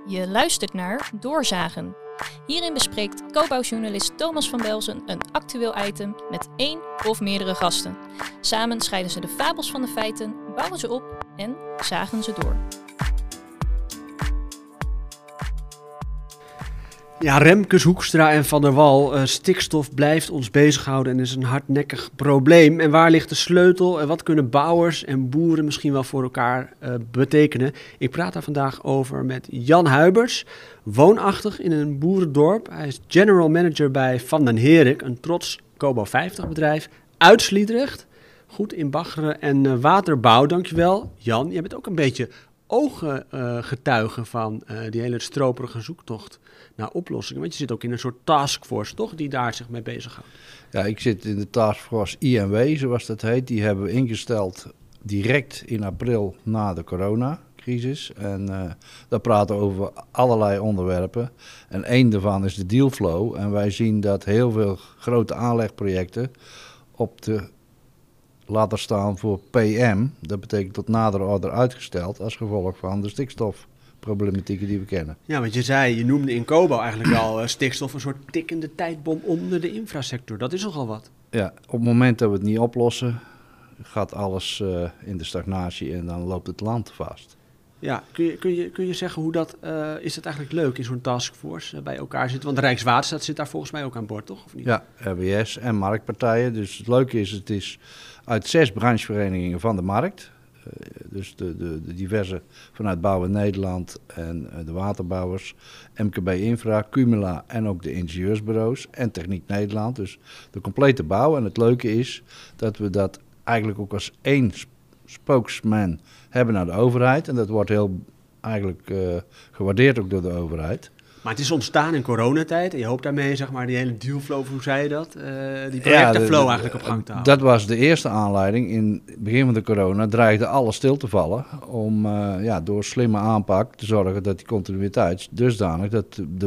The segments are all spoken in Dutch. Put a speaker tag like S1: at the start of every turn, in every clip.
S1: Je luistert naar Doorzagen. Hierin bespreekt co-bouwjournalist Thomas van Belzen een actueel item met één of meerdere gasten. Samen scheiden ze de fabels van de feiten, bouwen ze op en zagen ze door.
S2: Ja, Remkes, Hoekstra en Van der Wal. Stikstof blijft ons bezighouden en is een hardnekkig probleem. En waar ligt de sleutel en wat kunnen bouwers en boeren misschien wel voor elkaar betekenen? Ik praat daar vandaag over met Jan Huibers, woonachtig in een boerendorp. Hij is general manager bij Van den Herik, een trots Cobouw 50 bedrijf uit Sliedrecht. Goed in baggeren en waterbouw, dankjewel. Jan, jij bent ook een beetje ooggetuige van die hele stroperige zoektocht naar oplossingen. Want je zit ook in een soort taskforce, toch? Die daar zich mee bezighoudt.
S3: Ja, ik zit in de taskforce INW, zoals dat heet. Die hebben we ingesteld direct in april na de coronacrisis. En daar praten we over allerlei onderwerpen. En één daarvan is de dealflow. En wij zien dat heel veel grote aanlegprojecten op de laten staan voor PM. Dat betekent tot nader order uitgesteld als gevolg van de stikstofproblematieken die we kennen.
S2: Ja, want je noemde in Cobouw eigenlijk al stikstof een soort tikkende tijdbom onder de infrasector. Dat is nogal wat.
S3: Ja, op het moment dat we het niet oplossen, gaat alles in de stagnatie en dan loopt het land vast.
S2: Ja, kun je zeggen hoe dat, is het eigenlijk leuk in zo'n taskforce bij elkaar zitten? Want de Rijkswaterstaat zit daar volgens mij ook aan boord, toch? Of niet?
S3: Ja, RWS en marktpartijen. Dus het leuke is, het is uit 6 brancheverenigingen van de markt. Dus de diverse vanuit Bouwen Nederland en de waterbouwers, MKB Infra, Cumula en ook de ingenieursbureaus en Techniek Nederland. Dus de complete bouw. En het leuke is dat we dat eigenlijk ook als één spokesman hebben naar de overheid. En dat wordt heel eigenlijk gewaardeerd ook door de overheid.
S2: Maar het is ontstaan in coronatijd en je hoopt daarmee, zeg maar, die hele dealflow, hoe zei je dat? Die projectenflow eigenlijk op gang te houden.
S3: Dat was de eerste aanleiding. In het begin van de corona dreigde alles stil te vallen om door slimme aanpak te zorgen dat die continuïteit dusdanig dat de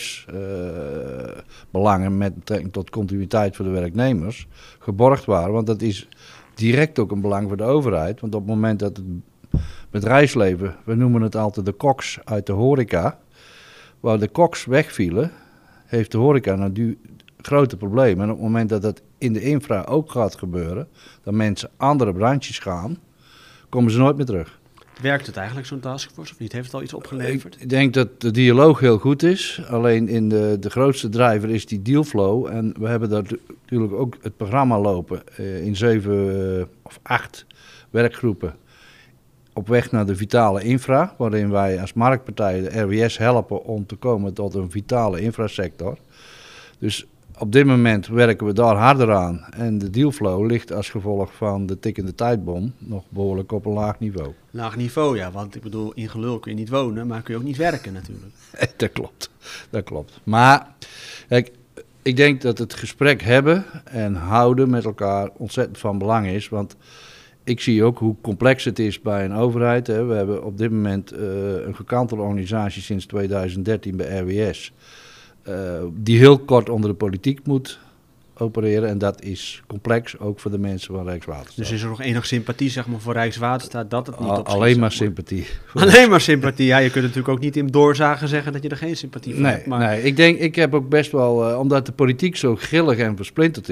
S3: bedrijfsbelangen met betrekking tot continuïteit voor de werknemers geborgd waren. Want dat is direct ook een belang voor de overheid. Want op het moment dat het bedrijfsleven, we noemen het altijd de koks uit de horeca, waar de koks wegvielen, heeft de horeca nou grote problemen. En op het moment dat dat in de infra ook gaat gebeuren, dat mensen andere branches gaan, komen ze nooit meer terug.
S2: Werkt het eigenlijk, zo'n taskforce, of niet? Heeft het al iets opgeleverd?
S3: Ik denk dat de dialoog heel goed is. Alleen in de grootste driver is die dealflow. En we hebben daar natuurlijk ook het programma lopen in 7 of 8 werkgroepen op weg naar de vitale infra, waarin wij als marktpartij de RWS helpen om te komen tot een vitale infrasector. Dus op dit moment werken we daar harder aan en de dealflow ligt als gevolg van de tikkende tijdbom nog behoorlijk op een laag niveau.
S2: Laag niveau, ja, want ik bedoel, in gelul kun je niet wonen, maar kun je ook niet werken natuurlijk.
S3: Dat klopt. Maar kijk, ik denk dat het gesprek hebben en houden met elkaar ontzettend van belang is, want ik zie ook hoe complex het is bij een overheid. Hè. We hebben op dit moment een gekantelde organisatie sinds 2013 bij RWS. Die heel kort onder de politiek moet opereren. En dat is complex, ook voor de mensen van Rijkswaterstaat.
S2: Dus is er nog enig sympathie, zeg maar, voor Rijkswaterstaat dat het niet opschiet?
S3: Alleen maar sympathie.
S2: Alleen maar sympathie. Ja, je kunt natuurlijk ook niet in doorzagen zeggen dat je er geen sympathie voor hebt. Maar
S3: nee, ik heb ook best wel, omdat de politiek zo grillig en versplinterd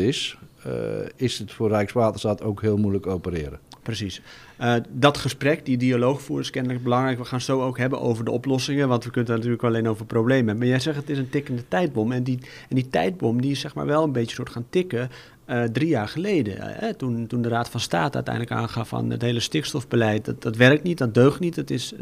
S3: is het voor Rijkswaterstaat ook heel moeilijk opereren.
S2: Precies. Dat gesprek, die dialoog voeren is kennelijk belangrijk. We gaan zo ook hebben over de oplossingen, want we kunnen het natuurlijk alleen over problemen hebben. Maar jij zegt het is een tikkende tijdbom. En die tijdbom die is zeg maar wel een beetje soort gaan tikken 3 jaar geleden. Toen de Raad van State uiteindelijk aangaf van het hele stikstofbeleid, dat werkt niet, dat deugt niet.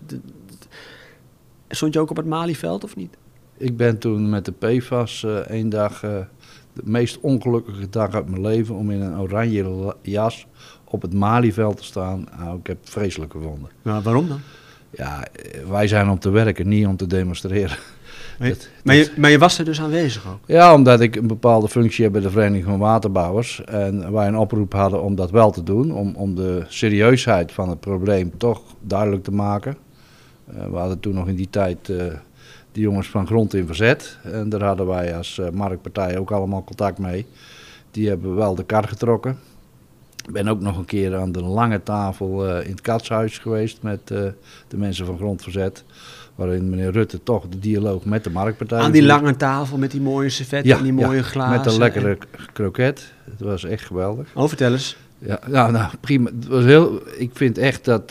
S2: Stond je ook op het Malieveld of niet?
S3: Ik ben toen met de PFAS 1 dag, de meest ongelukkige dag uit mijn leven, om in een oranje jas op het Malieveld te staan. Nou, ik heb het vreselijk gevonden.
S2: Nou, waarom dan?
S3: Ja, wij zijn om te werken, niet om te demonstreren.
S2: Maar je was er dus aanwezig ook?
S3: Ja, omdat ik een bepaalde functie heb bij de Vereniging van Waterbouwers. En wij een oproep hadden om dat wel te doen. Om de serieusheid van het probleem toch duidelijk te maken. We hadden toen nog in die tijd die jongens van Grond in Verzet. En daar hadden wij als marktpartij ook allemaal contact mee. Die hebben wel de kar getrokken. Ik ben ook nog een keer aan de lange tafel in het Katshuis geweest met de mensen van Grondverzet. Waarin meneer Rutte toch de dialoog met de marktpartij...
S2: Aan die lange tafel met die mooie servetten en die mooie glazen.
S3: Met een lekkere kroket. Het was echt geweldig.
S2: Oh, vertel eens.
S3: Ja, nou prima. Het was ik vind echt dat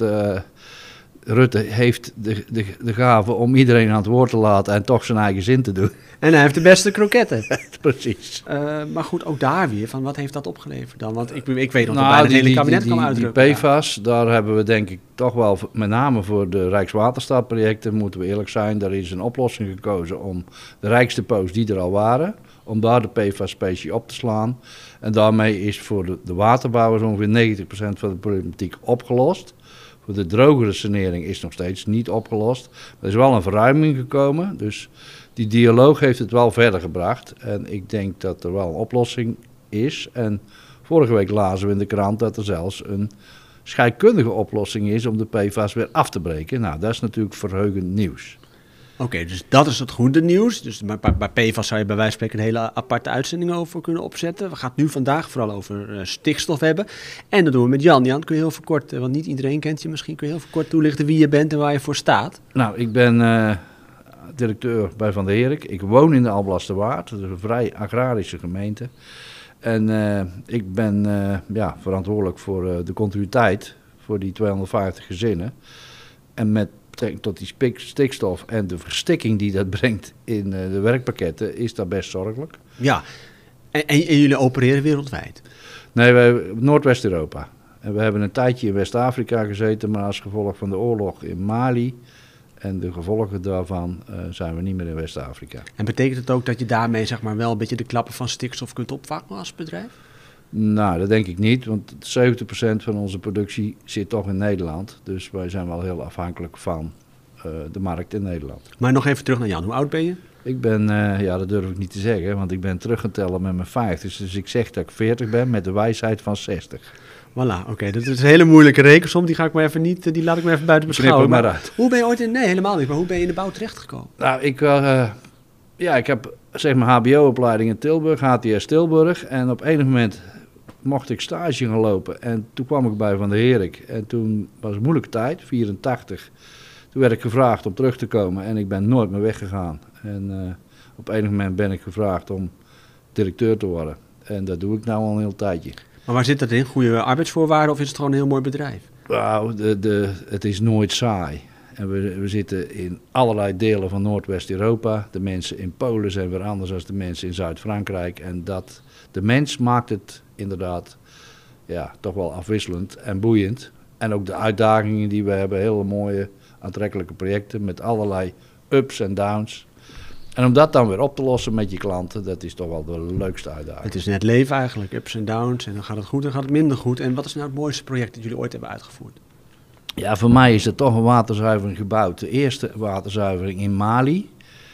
S3: Rutte heeft de gave om iedereen aan het woord te laten en toch zijn eigen zin te doen.
S2: En hij heeft de beste kroketten.
S3: Precies.
S2: Maar goed, ook daar weer, van wat heeft dat opgeleverd dan? Want ik weet nog dat bijna het hele kabinet kwam uitdrukken.
S3: Die PFAS, daar hebben we denk ik toch wel, met name voor de Rijkswaterstaatprojecten, moeten we eerlijk zijn, daar is een oplossing gekozen om de rijkste poos die er al waren, om daar de PFAS-specie op te slaan. En daarmee is voor de waterbouwers ongeveer 90% van de problematiek opgelost. Voor de drogere sanering is nog steeds niet opgelost. Er is wel een verruiming gekomen, dus die dialoog heeft het wel verder gebracht. En ik denk dat er wel een oplossing is. En vorige week lazen we in de krant dat er zelfs een scheikundige oplossing is om de PFAS weer af te breken. Nou, dat is natuurlijk verheugend nieuws.
S2: Oké, dus dat is het goede nieuws. Dus bij PFAS zou je bij wijze van spreken een hele aparte uitzending over kunnen opzetten. We gaan het nu vandaag vooral over stikstof hebben. En dat doen we met Jan. Jan, kun je heel verkort, want niet iedereen kent je misschien, kun je heel verkort toelichten wie je bent en waar je voor staat?
S3: Nou, ik ben directeur bij Van der Herik. Ik woon in de Alblasterwaard, dat is een vrij agrarische gemeente. En ik ben verantwoordelijk voor de continuïteit voor die 250 gezinnen. En met betrekking tot die stikstof en de verstikking die dat brengt in de werkpakketten, is dat best zorgelijk.
S2: Ja, en jullie opereren wereldwijd?
S3: Nee, wij Noordwest-Europa. En we hebben een tijdje in West-Afrika gezeten, maar als gevolg van de oorlog in Mali en de gevolgen daarvan zijn we niet meer in West-Afrika.
S2: En betekent het ook dat je daarmee zeg maar wel een beetje de klappen van stikstof kunt opvangen als bedrijf?
S3: Nou, dat denk ik niet, want 70% van onze productie zit toch in Nederland. Dus wij zijn wel heel afhankelijk van de markt in Nederland.
S2: Maar nog even terug naar Jan, hoe oud ben je?
S3: Ik ben, dat durf ik niet te zeggen, want ik ben terug gaan tellen met mijn 50. Dus ik zeg dat ik 40 ben met de wijsheid van 60.
S2: Voilà, oké. Dat is een hele moeilijke rekensom, die laat ik maar even buiten beschouwen.
S3: Maar uit.
S2: Hoe ben je ooit nee, helemaal niet, maar hoe ben je in de bouw terechtgekomen?
S3: Nou, ik heb zeg maar HBO-opleiding in Tilburg, HTS Tilburg. En op enig moment mocht ik stage gaan lopen en toen kwam ik bij Van der Herik. En toen was het een moeilijke tijd, 84. Toen werd ik gevraagd om terug te komen en ik ben nooit meer weggegaan. En op enig moment ben ik gevraagd om directeur te worden. En dat doe ik nou al een heel tijdje.
S2: Maar waar zit dat in? Goede arbeidsvoorwaarden of is het gewoon een heel mooi bedrijf?
S3: Nou, het is nooit saai. En we zitten in allerlei delen van Noordwest-Europa. De mensen in Polen zijn weer anders dan de mensen in Zuid-Frankrijk. En de mens maakt het inderdaad toch wel afwisselend en boeiend. En ook de uitdagingen die we hebben, hele mooie aantrekkelijke projecten met allerlei ups en downs. En om dat dan weer op te lossen met je klanten, dat is toch wel de leukste uitdaging.
S2: Het is net leven eigenlijk, ups en downs. En dan gaat het goed en dan gaat het minder goed. En wat is nou het mooiste project dat jullie ooit hebben uitgevoerd?
S3: Ja, voor mij is er toch een waterzuivering gebouwd. De eerste waterzuivering in Mali.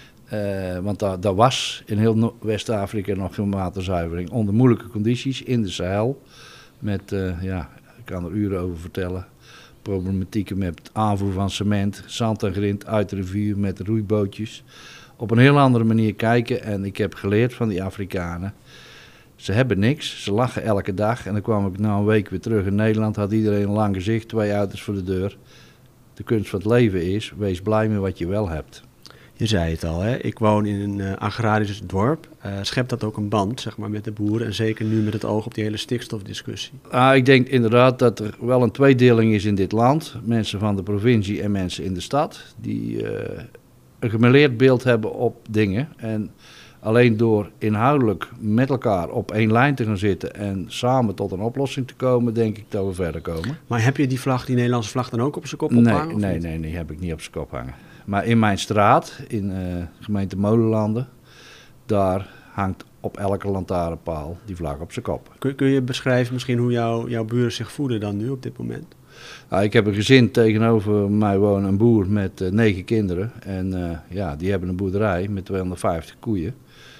S3: Want daar was in heel West-Afrika nog geen waterzuivering. Onder moeilijke condities in de Sahel. Met, ik kan er uren over vertellen. Problematieken met het aanvoer van cement, zand en grind uit de rivier met roeibootjes. Op een heel andere manier kijken. En ik heb geleerd van die Afrikanen. Ze hebben niks, ze lachen elke dag. En dan kwam ik na een week weer terug in Nederland. Had iedereen een lang gezicht, 2 auto's voor de deur. De kunst van het leven is, wees blij met wat je wel hebt.
S2: Je zei het al, hè? Ik woon in een agrarisch dorp. Schept dat ook een band zeg maar, met de boeren? En zeker nu met het oog op die hele stikstofdiscussie.
S3: Ik denk inderdaad dat er wel een tweedeling is in dit land. Mensen van de provincie en mensen in de stad. Die een gemêleerd beeld hebben op dingen. En alleen door inhoudelijk met elkaar op één lijn te gaan zitten en samen tot een oplossing te komen, denk ik dat we verder komen.
S2: Maar heb je die Nederlandse vlag dan ook op zijn kop ophangen?
S3: Nee, heb ik niet op zijn kop hangen. Maar in mijn straat, in gemeente Molenlanden, daar hangt op elke lantaarnpaal die vlag op zijn kop.
S2: Kun je beschrijven misschien hoe jouw buren zich voelen dan nu op dit moment?
S3: Ik heb een gezin tegenover mij wonen, een boer met 9 kinderen. En die hebben een boerderij met 250 koeien.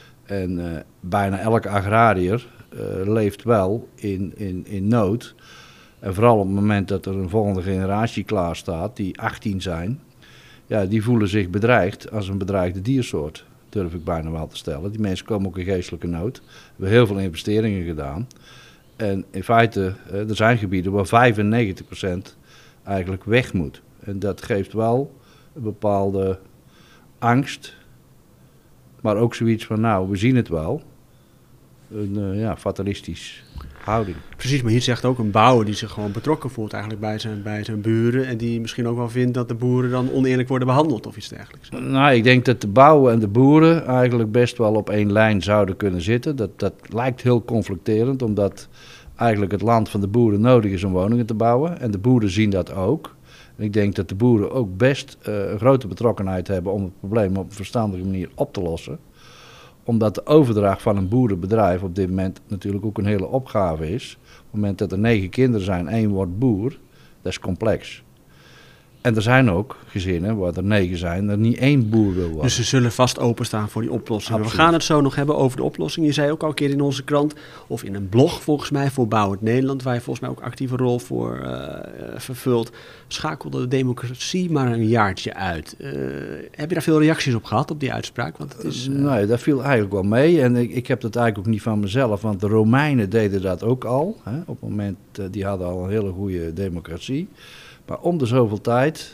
S3: En bijna elke agrariër leeft wel in nood. En vooral op het moment dat er een volgende generatie klaar staat, die 18 zijn. Ja, die voelen zich bedreigd als een bedreigde diersoort, durf ik bijna wel te stellen. Die mensen komen ook in geestelijke nood. We hebben heel veel investeringen gedaan. En in feite, er zijn gebieden waar 95% eigenlijk weg moet. En dat geeft wel een bepaalde angst. Maar ook zoiets van, nou, we zien het wel. Een fatalistisch houding.
S2: Precies, maar hier zegt ook een bouwer die zich gewoon betrokken voelt eigenlijk bij zijn buren. En die misschien ook wel vindt dat de boeren dan oneerlijk worden behandeld of iets dergelijks.
S3: Nou, ik denk dat de bouwer en de boeren eigenlijk best wel op één lijn zouden kunnen zitten. Dat lijkt heel conflicterend, omdat eigenlijk het land van de boeren nodig is om woningen te bouwen. En de boeren zien dat ook. En ik denk dat de boeren ook best een grote betrokkenheid hebben om het probleem op een verstandige manier op te lossen. Omdat de overdracht van een boerenbedrijf op dit moment natuurlijk ook een hele opgave is. Op het moment dat er 9 kinderen zijn, 1 wordt boer, dat is complex. En er zijn ook gezinnen waar er 9 zijn, er niet 1 boer wil worden.
S2: Dus ze zullen vast openstaan voor die oplossing.
S3: Absoluut.
S2: We gaan het zo nog hebben over de oplossing. Je zei ook al een keer in onze krant, of in een blog volgens mij, voor Bouwend Nederland, waar je volgens mij ook actieve rol voor vervult, schakelde de democratie maar een jaartje uit. Heb je daar veel reacties op gehad, op die uitspraak? Want het is,
S3: Nee, dat viel eigenlijk wel mee. En ik heb dat eigenlijk ook niet van mezelf, want de Romeinen deden dat ook al. Hè. Op het moment, die hadden al een hele goede democratie. Maar om de zoveel tijd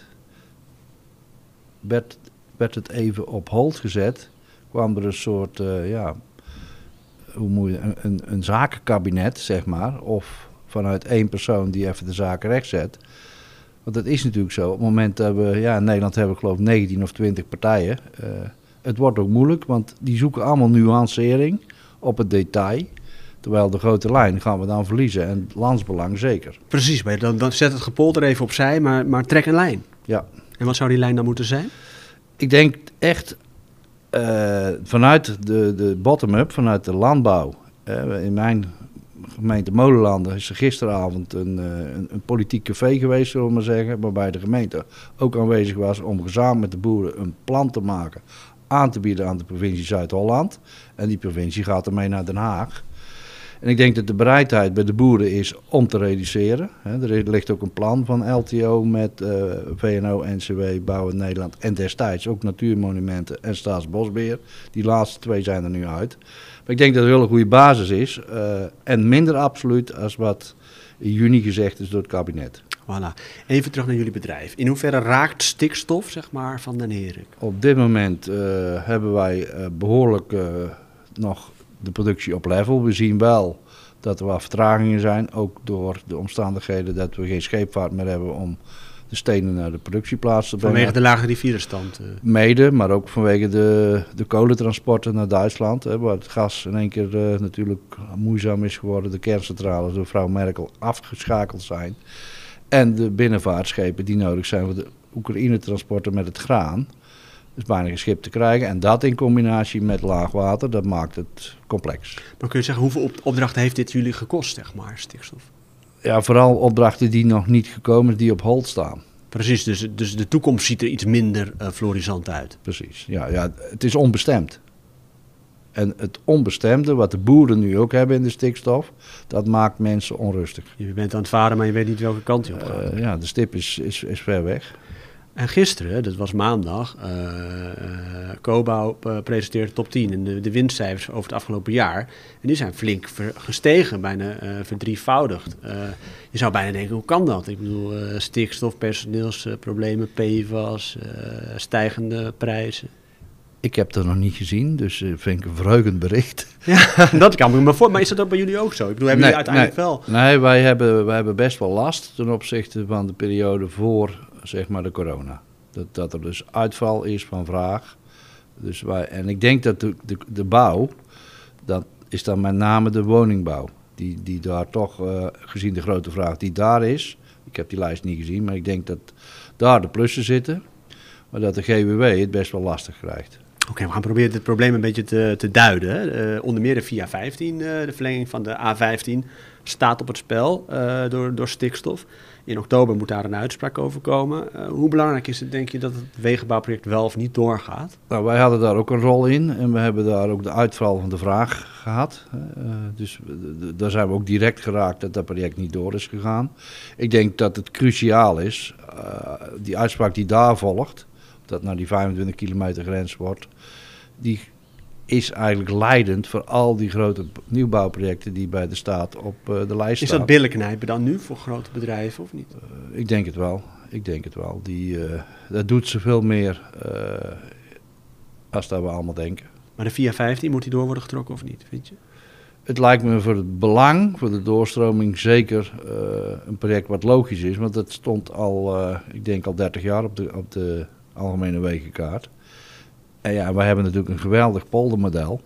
S3: werd het even op hold gezet. Kwam er een soort, een zakenkabinet, zeg maar. Of vanuit 1 persoon die even de zaken rechtzet. Want dat is natuurlijk zo. Op het moment dat we, in Nederland hebben we geloof ik 19 of 20 partijen. Het wordt ook moeilijk, want die zoeken allemaal nuancering op het detail. Terwijl de grote lijn gaan we dan verliezen en het landsbelang zeker.
S2: Precies, maar dan zet het gepolder even opzij, maar trek een lijn.
S3: Ja.
S2: En wat zou die lijn dan moeten zijn?
S3: Ik denk echt vanuit de bottom-up, vanuit de landbouw. In mijn gemeente Molenlanden is er gisteravond een politiek café geweest, zullen we maar zeggen. Waarbij de gemeente ook aanwezig was om gezamenlijk met de boeren een plan te maken. Aan te bieden aan de provincie Zuid-Holland. En die provincie gaat ermee naar Den Haag. En ik denk dat de bereidheid bij de boeren is om te reduceren. Er ligt ook een plan van LTO met VNO, NCW, Bouwend Nederland en destijds ook Natuurmonumenten en Staatsbosbeheer. Die laatste 2 zijn er nu uit. Maar ik denk dat het een hele goede basis is en minder absoluut als wat in juni gezegd is door het kabinet.
S2: Voilà. Even terug naar jullie bedrijf. In hoeverre raakt stikstof, zeg maar, Van den Herik?
S3: Op dit moment hebben wij behoorlijk nog de productie op level. We zien wel dat er wat vertragingen zijn, ook door de omstandigheden dat we geen scheepvaart meer hebben om de stenen naar de productieplaats te brengen.
S2: Vanwege de lage rivierenstand?
S3: Mede, maar ook vanwege de kolentransporten naar Duitsland, waar het gas in één keer natuurlijk moeizaam is geworden. De kerncentrales door mevrouw Merkel afgeschakeld zijn. En de binnenvaartschepen die nodig zijn voor de Oekraïne-transporten met het graan. is bijna geen schip te krijgen. En dat in combinatie met laag water, dat maakt het complex.
S2: Maar kun je zeggen, hoeveel opdrachten heeft dit jullie gekost, zeg maar, stikstof?
S3: Ja, vooral opdrachten die nog niet gekomen zijn, die op hold staan.
S2: Precies, dus de toekomst ziet er iets minder florisant uit.
S3: Precies, ja, het is onbestemd. En het onbestemde, wat de boeren nu ook hebben in de stikstof, dat maakt mensen onrustig.
S2: Je bent aan het varen, maar je weet niet welke kant je op gaat.
S3: Ja, de stip is ver weg.
S2: En gisteren, dat was maandag, Cobouw presenteert top 10 en de winstcijfers over het afgelopen jaar. En die zijn flink gestegen, bijna verdrievoudigd. Je zou bijna denken, hoe kan dat? Ik bedoel, stikstof, personeelsproblemen, PFAS, stijgende prijzen.
S3: Ik heb dat nog niet gezien, dus vind ik een verheugend bericht.
S2: Ja, dat kan ik me voor. Maar is dat ook bij jullie ook zo? Ik bedoel, hebben jullie uiteindelijk wel...
S3: Nee, wij hebben best wel last ten opzichte van de periode voor, zeg maar, de corona. Dat er dus uitval is van vraag. Dus en ik denk dat de bouw, dat is dan met name de woningbouw. Die daar toch, gezien de grote vraag die daar is, ik heb die lijst niet gezien, maar ik denk dat daar de plussen zitten. Maar dat de GWW het best wel lastig krijgt.
S2: Oké, we gaan proberen dit probleem een beetje te duiden. Hè. Onder meer de VIA 15, de verlenging van de A15, staat op het spel door stikstof. In oktober moet daar een uitspraak over komen. Hoe belangrijk is het, denk je, dat het wegenbouwproject wel of niet doorgaat?
S3: Nou, wij hadden daar ook een rol in en we hebben daar ook de uitval van de vraag gehad. Dus daar zijn we ook direct geraakt dat dat project niet door is gegaan. Ik denk dat het cruciaal is, die uitspraak die daar volgt, dat naar die 25 kilometer grens wordt, die is eigenlijk leidend voor al die grote nieuwbouwprojecten die bij de staat op de lijst staan.
S2: Is dat billen knijpen dan nu voor grote bedrijven of niet?
S3: Ik denk het wel. Dat doet zoveel meer als dat we allemaal denken.
S2: Maar de 415, moet die door worden getrokken of niet, vind je?
S3: Het lijkt me voor het belang, voor de doorstroming, zeker een project wat logisch is. Want dat stond ik denk al 30 jaar op de algemene wegenkaart. En ja, wij hebben natuurlijk een geweldig poldermodel.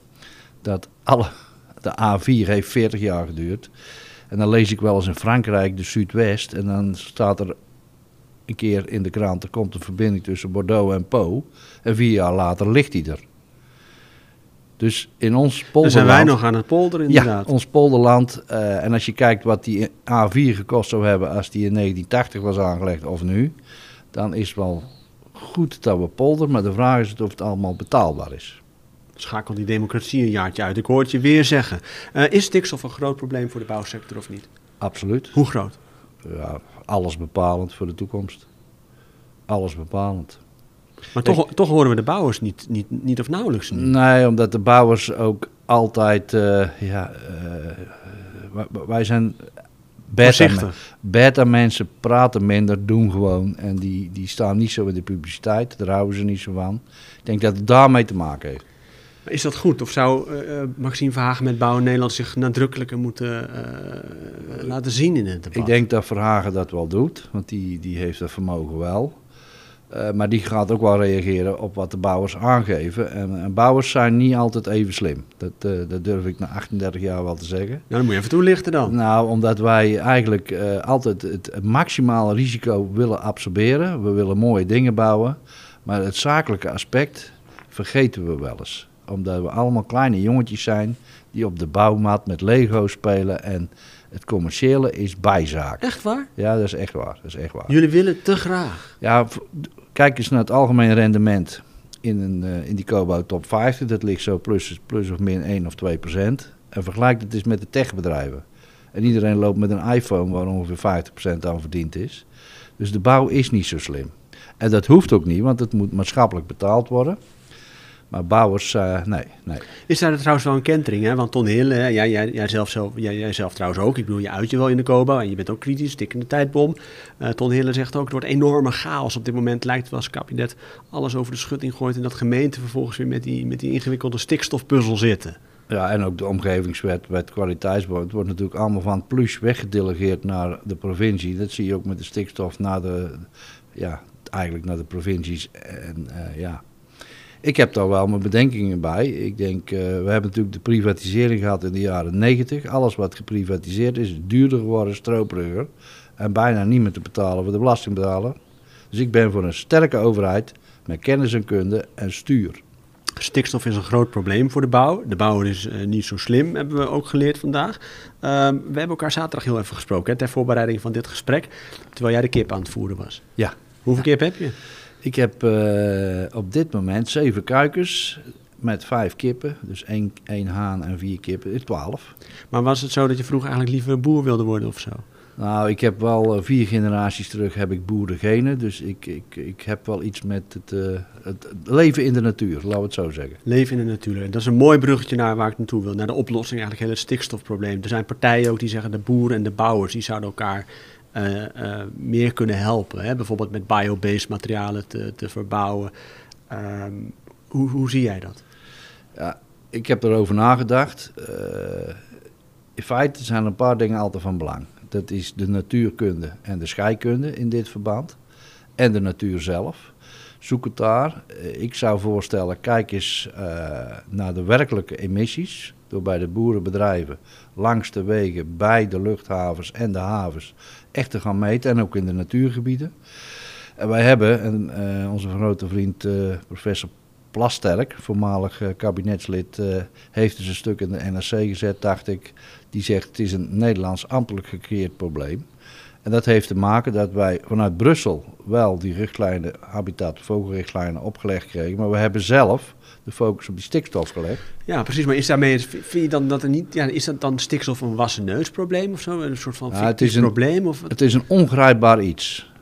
S3: De A4 heeft 40 jaar geduurd. En dan lees ik wel eens in Frankrijk de Zuidwest. En dan staat er een keer in de krant, er komt een verbinding tussen Bordeaux en Po. En 4 jaar later ligt die er. Dus in ons polderland...
S2: Dan zijn wij nog aan het polderen inderdaad.
S3: Ja, ons polderland. En als je kijkt wat die A4 gekost zou hebben als die in 1980 was aangelegd of nu. Dan is het wel goed dat we polderen. Maar de vraag is of het allemaal betaalbaar is.
S2: Schakel die democratie een jaartje uit. Ik hoor het je weer zeggen. Is stikstof een groot probleem voor de bouwsector of niet?
S3: Absoluut.
S2: Hoe groot?
S3: Ja, alles bepalend voor de toekomst. Alles bepalend.
S2: Maar toch horen we de bouwers niet of nauwelijks.
S3: Nee, omdat de bouwers ook altijd... wij zijn beta-mensen, praten minder, doen gewoon. En die staan niet zo in de publiciteit, daar houden ze niet zo van. Ik denk dat het daarmee te maken heeft.
S2: Maar is dat goed? Of zou Maxime Verhagen met Bouwen Nederland zich nadrukkelijker moeten laten zien in het debat?
S3: Ik denk dat Verhagen dat wel doet, want die heeft dat vermogen wel. Maar die gaat ook wel reageren op wat de bouwers aangeven. En bouwers zijn niet altijd even slim. Dat durf ik na 38 jaar wel te zeggen.
S2: Nou, dan moet je even toelichten dan.
S3: Nou, omdat wij eigenlijk altijd het maximale risico willen absorberen. We willen mooie dingen bouwen. Maar het zakelijke aspect vergeten we wel eens. Omdat we allemaal kleine jongetjes zijn die op de bouwmat met Lego spelen. En het commerciële is bijzaak.
S2: Echt waar?
S3: Ja, dat is echt waar.
S2: Jullie willen te graag.
S3: Ja, kijk eens naar het algemene rendement in die Cobouw top 50. Dat ligt zo plus of min 1 of 2%. En vergelijk het eens met de techbedrijven. En iedereen loopt met een iPhone waar ongeveer 50% aan verdiend is. Dus de bouw is niet zo slim. En dat hoeft ook niet, want het moet maatschappelijk betaald worden. Maar bouwers, nee.
S2: Is daar trouwens wel een kentering, hè? Want Ton Hillen, jij zelf trouwens ook. Ik bedoel, je uit je wel in de Cobouw en je bent ook kritisch, tikkende tijdbom. Ton Hillen zegt ook, het wordt enorme chaos op dit moment. Lijkt wel als het kabinet alles over de schutting gooit en dat gemeenten vervolgens weer met die ingewikkelde stikstofpuzzel zitten. Ja,
S3: en ook de omgevingswet, wet kwaliteitsbouw. Het wordt natuurlijk allemaal van het plus weggedelegeerd naar de provincie. Dat zie je ook met de stikstof naar de provincies. En ik heb daar wel mijn bedenkingen bij. Ik denk, we hebben natuurlijk de privatisering gehad in de jaren 90. Alles wat geprivatiseerd is duurder geworden, stroperiger. En bijna niet meer te betalen voor de belastingbetaler. Dus ik ben voor een sterke overheid met kennis en kunde en stuur.
S2: Stikstof is een groot probleem voor de bouw. De bouwer is niet zo slim, hebben we ook geleerd vandaag. We hebben elkaar zaterdag heel even gesproken, hè, ter voorbereiding van dit gesprek. Terwijl jij de kip aan het voeren was.
S3: Ja.
S2: Hoeveel kip heb je?
S3: Ik heb op dit moment 7 kuikens met 5 kippen. Dus 1 haan en 4 kippen, 12.
S2: Maar was het zo dat je vroeger eigenlijk liever boer wilde worden of zo?
S3: Nou, ik heb wel 4 generaties terug heb ik boerengenen. Dus ik heb wel iets met het leven in de natuur, laten we het zo zeggen.
S2: Leven in de natuur. Dat is een mooi bruggetje naar waar ik naartoe wil. Naar de oplossing eigenlijk heel het stikstofprobleem. Er zijn partijen ook die zeggen de boeren en de bouwers die zouden elkaar meer kunnen helpen. Hè? Bijvoorbeeld met biobased materialen te verbouwen. Hoe zie jij dat?
S3: Ja, ik heb erover nagedacht. In feite zijn er een paar dingen altijd van belang. Dat is de natuurkunde en de scheikunde in dit verband. En de natuur zelf. Zoek het daar. Ik zou voorstellen, kijk eens naar de werkelijke emissies. Door bij de boerenbedrijven langs de wegen, bij de luchthavens en de havens echt te gaan meten. En ook in de natuurgebieden. En wij hebben, onze grote vriend professor Plasterk, voormalig kabinetslid, heeft dus een stuk in de NRC gezet, dacht ik. Die zegt, het is een Nederlands ambtelijk gecreëerd probleem. En dat heeft te maken dat wij vanuit Brussel wel die richtlijnen, habitat-vogelrichtlijnen opgelegd kregen. Maar we hebben zelf de focus op die stikstof gelegd.
S2: Ja, precies. Maar vind je dan dat er niet, is dat dan stikstof een wassen neus probleem of zo? Een soort van fictief probleem? Of
S3: het is een ongrijpbaar iets.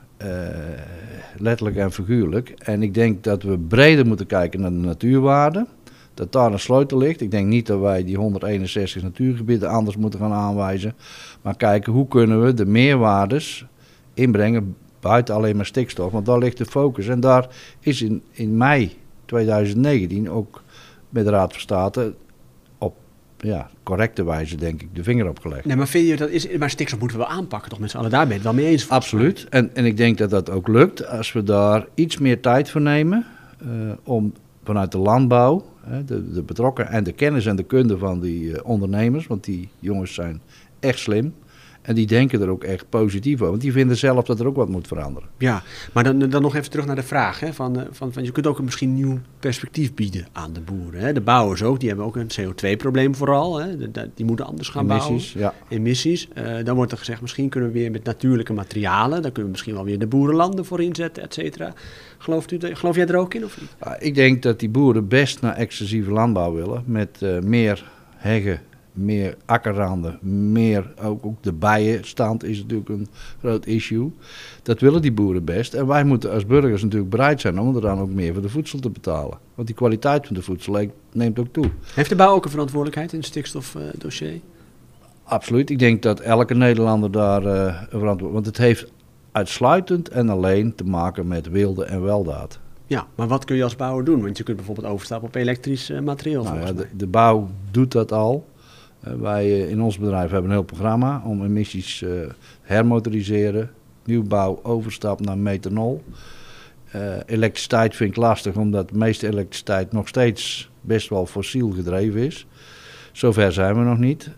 S3: Letterlijk en figuurlijk. En ik denk dat we breder moeten kijken naar de natuurwaarden. dat daar een sleutel ligt. Ik denk niet dat wij die 161 natuurgebieden anders moeten gaan aanwijzen. Maar kijken hoe kunnen we de meerwaardes inbrengen buiten alleen maar stikstof. Want daar ligt de focus. En daar is in mei 2019 ook met de Raad van State op correcte wijze denk ik de vinger opgelegd.
S2: Nee, maar vind je maar stikstof moeten we wel aanpakken toch met z'n allen? Daar ben je het wel mee eens?
S3: Absoluut. En ik denk dat dat ook lukt als we daar iets meer tijd voor nemen om vanuit de landbouw, de betrokken en de kennis en de kunde van die ondernemers, want die jongens zijn echt slim. En die denken er ook echt positief over. Want die vinden zelf dat er ook wat moet veranderen.
S2: Ja, maar dan nog even terug naar de vraag. Hè, van je kunt ook misschien een nieuw perspectief bieden aan de boeren. Hè. De bouwers ook, die hebben ook een CO2-probleem vooral. Hè. Die moeten anders gaan
S3: Emissies,
S2: bouwen.
S3: ja.
S2: Emissies. Dan wordt er gezegd, misschien kunnen we weer met natuurlijke materialen. Daar kunnen we misschien wel weer de boerenlanden voor inzetten, et cetera. Geloof jij er ook in of niet?
S3: Ik denk dat die boeren best naar extensieve landbouw willen. Met meer heggen, meer akkerranden, meer ook de bijenstand is natuurlijk een groot issue. Dat willen die boeren best. En wij moeten als burgers natuurlijk bereid zijn om er dan ook meer voor de voedsel te betalen. Want die kwaliteit van de voedsel neemt ook toe.
S2: Heeft de bouw ook een verantwoordelijkheid in het stikstofdossier?
S3: Absoluut. Ik denk dat elke Nederlander daar een verantwoordelijkheid... Want het heeft uitsluitend en alleen te maken met wilde en weldaad.
S2: Ja, maar wat kun je als bouwer doen? Want je kunt bijvoorbeeld overstappen op elektrisch materiaal.
S3: De bouw doet dat al. Wij in ons bedrijf hebben een heel programma om emissies hermotoriseren, nieuwbouw, overstap naar methanol. Elektriciteit vind ik lastig, omdat de meeste elektriciteit nog steeds best wel fossiel gedreven is. Zover zijn we nog niet.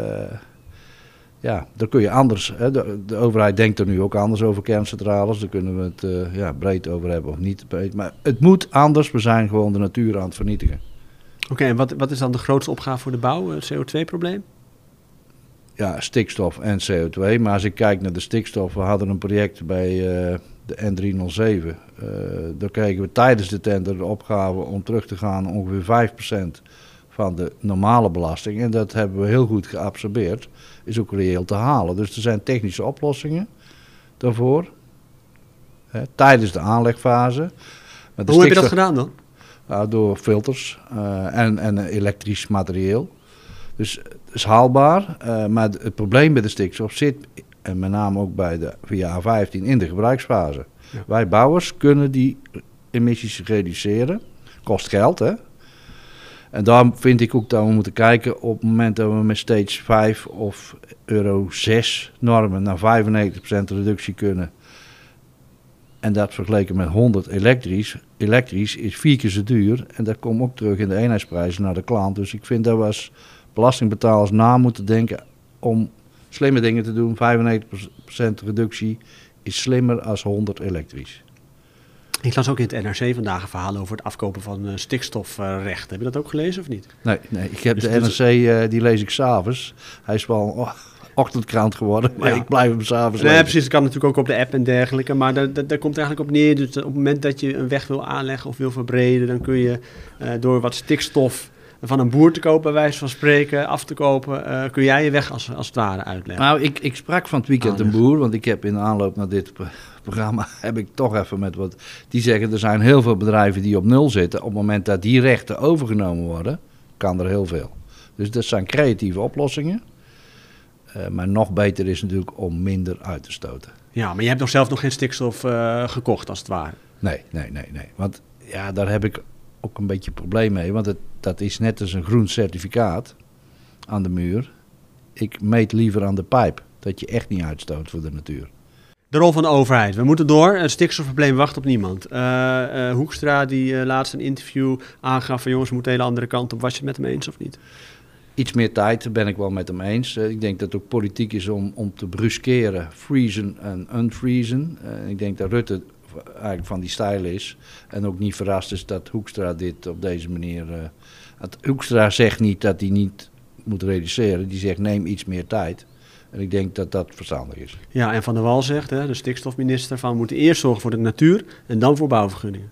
S3: Daar kun je anders. Hè. De overheid denkt er nu ook anders over kerncentrales. Daar kunnen we het breed over hebben of niet breed. Maar het moet anders. We zijn gewoon de natuur aan het vernietigen.
S2: Oké, en wat is dan de grootste opgave voor de bouw? Het CO2-probleem?
S3: Ja, stikstof en CO2. Maar als ik kijk naar de stikstof, we hadden een project bij de N307. Daar kregen we tijdens de tender de opgave om terug te gaan ongeveer 5% van de normale belasting. En dat hebben we heel goed geabsorbeerd. Is ook reëel te halen. Dus er zijn technische oplossingen daarvoor. Tijdens de aanlegfase. Maar
S2: hoe heb je dat gedaan dan?
S3: Door filters en elektrisch materieel. Dus het is haalbaar. Maar het probleem bij de stikstof zit, en met name ook via A15, in de gebruiksfase. Ja. Wij bouwers kunnen die emissies reduceren. Kost geld, hè. En daarom vind ik ook dat we moeten kijken op het moment dat we met stage 5 of Euro 6 normen naar 95% reductie kunnen. En dat vergeleken met 100 elektrisch. Elektrisch is 4 keer zo duur. En dat komt ook terug in de eenheidsprijzen naar de klant. Dus ik vind dat we als belastingbetalers na moeten denken om slimme dingen te doen. 95% reductie is slimmer als 100 elektrisch.
S2: Ik las ook in het NRC vandaag een verhaal over het afkopen van stikstofrechten. Heb je dat ook gelezen of niet?
S3: Nee, ik heb dus de NRC, die lees ik 's avonds. Hij is wel ochtendkrant geworden, maar ik blijf hem 's avonds lezen.
S2: Nee, precies. Dat kan natuurlijk ook op de app en dergelijke. Maar daar komt eigenlijk op neer. Dus op het moment dat je een weg wil aanleggen of wil verbreden, dan kun je door wat stikstof van een boer te kopen, bij wijze van spreken, af te kopen, kun jij je weg als het ware uitleggen.
S3: Nou, ik sprak van het weekend een boer, want ik heb in de aanloop naar dit programma, heb ik toch even met wat, die zeggen er zijn heel veel bedrijven die op nul zitten. Op het moment dat die rechten overgenomen worden, kan er heel veel. Dus dat zijn creatieve oplossingen. Maar nog beter is natuurlijk om minder uit te stoten.
S2: Ja, maar je hebt nog zelf nog geen stikstof gekocht, als het ware.
S3: Nee. Want ja, daar heb ik ook een beetje een probleem mee. Want dat is net als een groen certificaat aan de muur. Ik meet liever aan de pijp. Dat je echt niet uitstoot voor de natuur.
S2: De rol van de overheid. We moeten door. Het stikstofprobleem wacht op niemand. Hoekstra die laatst een interview aangaf van jongens, we moeten een hele andere kant op. Was je het met hem eens of niet?
S3: Iets meer tijd, daar ben ik wel met hem eens. Ik denk dat het ook politiek is om te bruskeren, freezen en unfreezen. Ik denk dat Rutte eigenlijk van die stijl is. En ook niet verrast is dat Hoekstra dit op deze manier... Hoekstra zegt niet dat hij niet moet reduceren. Die zegt neem iets meer tijd. En ik denk dat dat verstandig is.
S2: Ja, en Van der Wal zegt, de stikstofminister, van we moeten eerst zorgen voor de natuur en dan voor bouwvergunningen.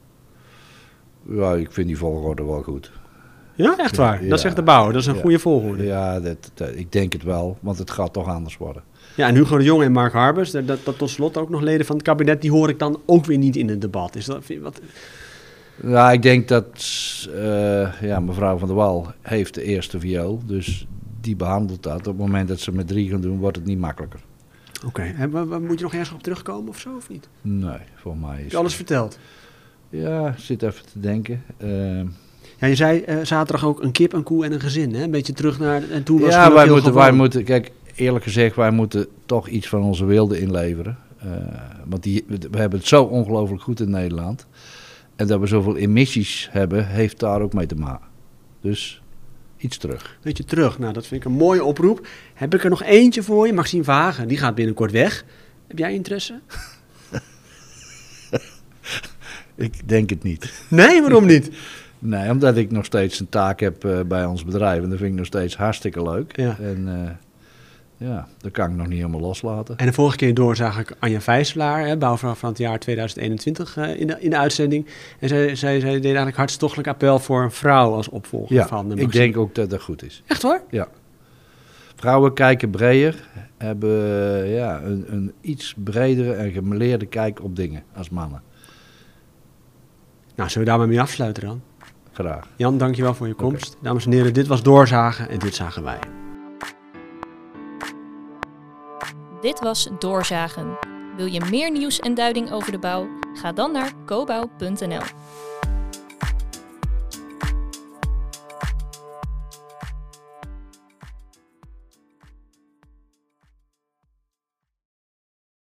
S3: Ja, ik vind die volgorde wel goed.
S2: Ja, echt waar? Ja, dat zegt de bouwer. Dat is een goede volgorde.
S3: Ja, ik denk het wel, want het gaat toch anders worden.
S2: Ja, en Hugo de Jonge en Mark Harbers, dat tot slot ook nog leden van het kabinet, die hoor ik dan ook weer niet in het debat. Is dat,
S3: Nou, ik denk dat mevrouw Van der Wal heeft de eerste viool. Dus die behandelt dat. Op het moment dat ze met 3 gaan doen, wordt het niet makkelijker.
S2: Oké. En moet je nog ergens op terugkomen of zo, of niet?
S3: Nee, volgens mij is
S2: Heb je alles verteld?
S3: Ja, ik zit even te denken.
S2: Ja, je zei zaterdag ook een kip, een koe en een gezin, hè? Een beetje terug naar... En toen was
S3: Ja,
S2: het
S3: wij moeten, kijk, eerlijk gezegd, wij moeten toch iets van onze wilde inleveren. Want we hebben het zo ongelooflijk goed in Nederland. En dat we zoveel emissies hebben, heeft daar ook mee te maken. Dus iets terug.
S2: Beetje terug. Nou, dat vind ik een mooie oproep. Heb ik er nog eentje voor je? Maxime Verhagen, die gaat binnenkort weg. Heb jij interesse?
S3: Ik denk het niet.
S2: Nee, waarom niet?
S3: Nee, omdat ik nog steeds een taak heb bij ons bedrijf. En dat vind ik nog steeds hartstikke leuk.
S2: Ja.
S3: En dat kan ik nog niet helemaal loslaten.
S2: En de vorige keer door zag ik Anja Vijselaar, bouwvrouw van het jaar 2021, in de uitzending. En zij deed eigenlijk hartstochtelijk appel voor een vrouw als opvolger van de
S3: ik denk ook dat dat goed is.
S2: Echt hoor?
S3: Ja. Vrouwen kijken breder, hebben een iets bredere en gemeleerde kijk op dingen als mannen.
S2: Nou, zullen we daar maar mee afsluiten dan?
S3: Graag.
S2: Jan, dankjewel voor je komst. Dames en heren, dit was Doorzagen en dit zagen wij.
S1: Dit was Doorzagen. Wil je meer nieuws en duiding over de bouw? Ga dan naar cobouw.nl.